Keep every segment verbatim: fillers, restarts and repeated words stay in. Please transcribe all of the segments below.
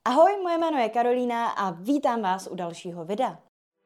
Ahoj, moje jméno je Karolína a vítám vás u dalšího videa.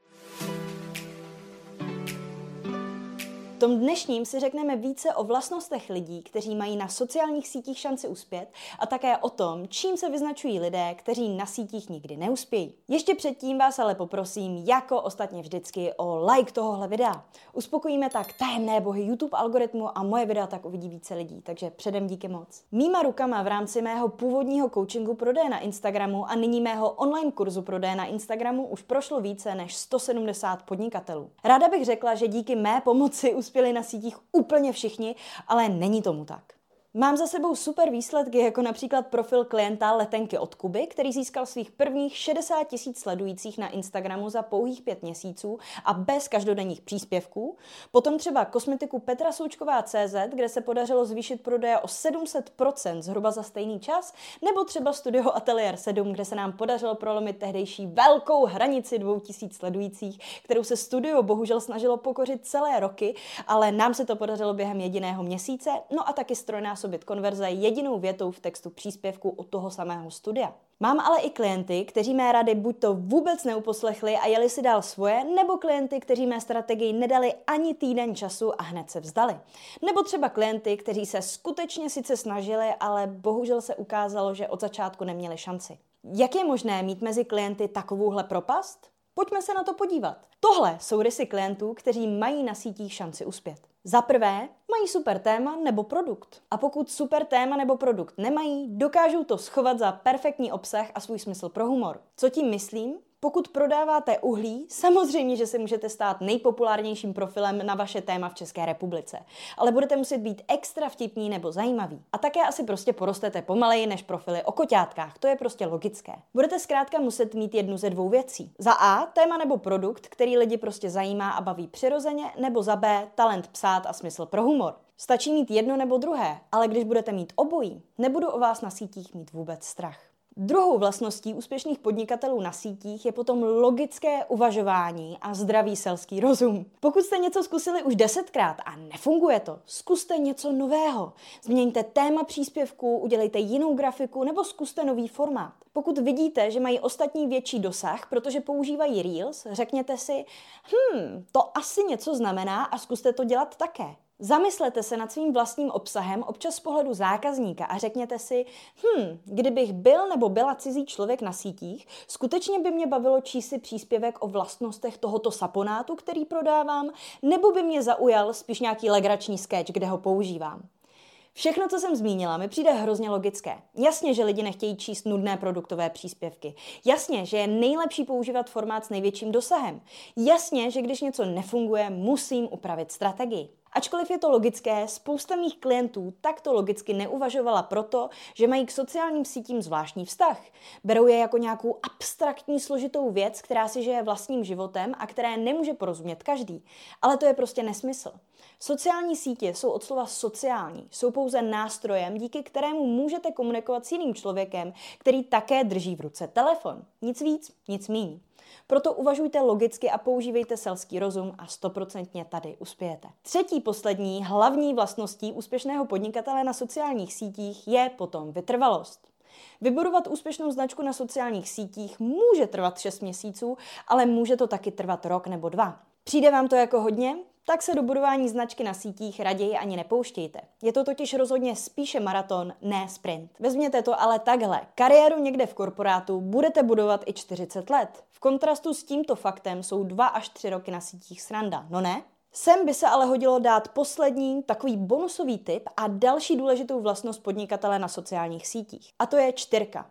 V tom dnešním si řekneme více o vlastnostech lidí, kteří mají na sociálních sítích šanci uspět, a také o tom, čím se vyznačují lidé, kteří na sítích nikdy neuspějí. Ještě předtím vás ale poprosím, jako ostatně vždycky, o like tohohle videa. Uspokojíme tak tajemné bohy YouTube algoritmu a moje videa tak uvidí více lidí, takže předem díky moc. Mýma rukama v rámci mého původního coachingu prodeje na Instagramu a nyní mého online kurzu prodeje na Instagramu už prošlo více než sto sedmdesát podnikatelů. Ráda bych řekla, že díky mé pomoci uspěli na sítích úplně všichni, ale není tomu tak. Mám za sebou super výsledky, jako například profil klienta Letenky od Kuby, který získal svých prvních šedesát tisíc sledujících na Instagramu za pouhých pět měsíců a bez každodenních příspěvků. Potom třeba kosmetiku Petra Součková tečka cé zet, kde se podařilo zvýšit prodeje o sedm set procent zhruba za stejný čas, nebo třeba studio Atelier sedm, kde se nám podařilo prolomit tehdejší velkou hranici dvou tisíc sledujících, kterou se studio bohužel snažilo pokořit celé roky, ale nám se to podařilo během jediného měsíce, no a taky strojnásobit konverze jedinou větou v textu příspěvku od toho samého studia. Mám ale i klienty, kteří mé rady buď to vůbec neuposlechli a jeli si dál svoje, nebo klienty, kteří mé strategii nedali ani týden času a hned se vzdali. Nebo třeba klienty, kteří se skutečně sice snažili, ale bohužel se ukázalo, že od začátku neměli šanci. Jak je možné mít mezi klienty takovouhle propast? Pojďme se na to podívat. Tohle jsou rysy klientů, kteří mají na sítích šanci uspět. Za prvé, mají super téma nebo produkt. A pokud super téma nebo produkt nemají, dokážou to schovat za perfektní obsah a svůj smysl pro humor. Co tím myslím? Pokud prodáváte uhlí, samozřejmě, že se můžete stát nejpopulárnějším profilem na vaše téma v České republice. Ale budete muset být extra vtipní nebo zajímavý. A také asi prostě porostete pomaleji než profily o koťátkách, to je prostě logické. Budete zkrátka muset mít jednu ze dvou věcí. Za A, téma nebo produkt, který lidi prostě zajímá a baví přirozeně, nebo za B, talent psát a smysl pro humor. Stačí mít jedno nebo druhé, ale když budete mít obojí, nebudu o vás na sítích mít vůbec strach. Druhou vlastností úspěšných podnikatelů na sítích je potom logické uvažování a zdravý selský rozum. Pokud jste něco zkusili už desetkrát a nefunguje to, zkuste něco nového. Změňte téma příspěvku, udělejte jinou grafiku nebo zkuste nový formát. Pokud vidíte, že mají ostatní větší dosah, protože používají Reels, řekněte si, hm, to asi něco znamená a zkuste to dělat také. Zamyslete se nad svým vlastním obsahem občas z pohledu zákazníka a řekněte si, hm, kdybych byl nebo byla cizí člověk na sítích, skutečně by mě bavilo číst si příspěvek o vlastnostech tohoto saponátu, který prodávám, nebo by mě zaujal spíš nějaký legrační sketch, kde ho používám. Všechno, co jsem zmínila, mi přijde hrozně logické. Jasně, že lidi nechtějí číst nudné produktové příspěvky. Jasně, že je nejlepší používat formát s největším dosahem. Jasně, že když něco nefunguje, musím upravit strategii. Ačkoliv je to logické, spousta mých klientů takto logicky neuvažovala proto, že mají k sociálním sítím zvláštní vztah. Berou je jako nějakou abstraktní složitou věc, která si žije vlastním životem a které nemůže porozumět každý. Ale to je prostě nesmysl. Sociální sítě jsou od slova sociální, jsou pouze nástrojem, díky kterému můžete komunikovat s jiným člověkem, který také drží v ruce telefon. Nic víc, nic míň. Proto uvažujte logicky a používejte selský rozum a stoprocentně tady uspějete. Třetí poslední hlavní vlastností úspěšného podnikatele na sociálních sítích je potom vytrvalost. Vybudovat úspěšnou značku na sociálních sítích může trvat šest měsíců, ale může to taky trvat rok nebo dva. Přijde vám to jako hodně? Tak se do budování značky na sítích raději ani nepouštějte. Je to totiž rozhodně spíše maraton, ne sprint. Vezměte to ale takhle. Kariéru někde v korporátu budete budovat i čtyřicet let. V kontrastu s tímto faktem jsou dva až tři roky na sítích sranda, no ne? Sem by se ale hodilo dát poslední, takový bonusový tip a další důležitou vlastnost podnikatele na sociálních sítích. A to je čtyřka.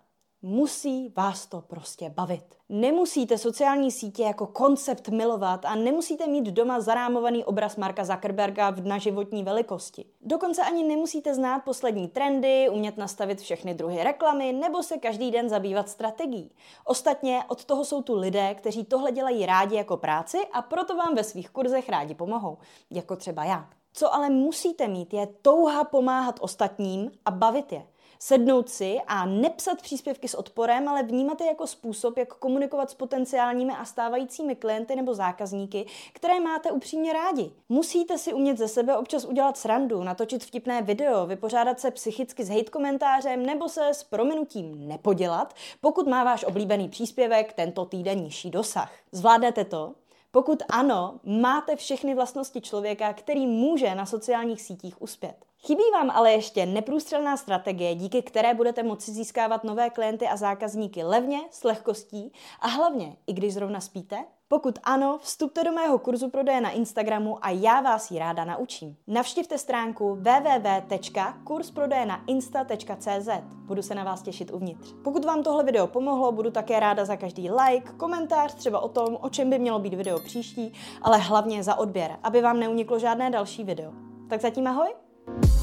Musí vás to prostě bavit. Nemusíte sociální sítě jako koncept milovat a nemusíte mít doma zarámovaný obraz Marka Zuckerberga na životní velikosti. Dokonce ani nemusíte znát poslední trendy, umět nastavit všechny druhy reklamy nebo se každý den zabývat strategií. Ostatně od toho jsou tu lidé, kteří tohle dělají rádi jako práci a proto vám ve svých kurzech rádi pomohou, jako třeba já. Co ale musíte mít, je touha pomáhat ostatním a bavit je. Sednout si a nepsat příspěvky s odporem, ale vnímat je jako způsob, jak komunikovat s potenciálními a stávajícími klienty nebo zákazníky, které máte upřímně rádi. Musíte si umět ze sebe občas udělat srandu, natočit vtipné video, vypořádat se psychicky s hate komentářem nebo se s prominutím nepodělat, pokud má váš oblíbený příspěvek tento týden nižší dosah. Zvládnete to? Pokud ano, máte všechny vlastnosti člověka, který může na sociálních sítích uspět. Chybí vám ale ještě neprůstřelná strategie, díky které budete moci získávat nové klienty a zákazníky levně, s lehkostí a hlavně, i když zrovna spíte? Pokud ano, vstupte do mého kurzu prodeje na Instagramu a já vás ji ráda naučím. Navštivte stránku w w w tečka kurs prodeje na insta tečka c z. Budu se na vás těšit uvnitř. Pokud vám tohle video pomohlo, budu také ráda za každý like, komentář třeba o tom, o čem by mělo být video příští, ale hlavně za odběr, aby vám neuniklo žádné další video. Tak zatím ahoj!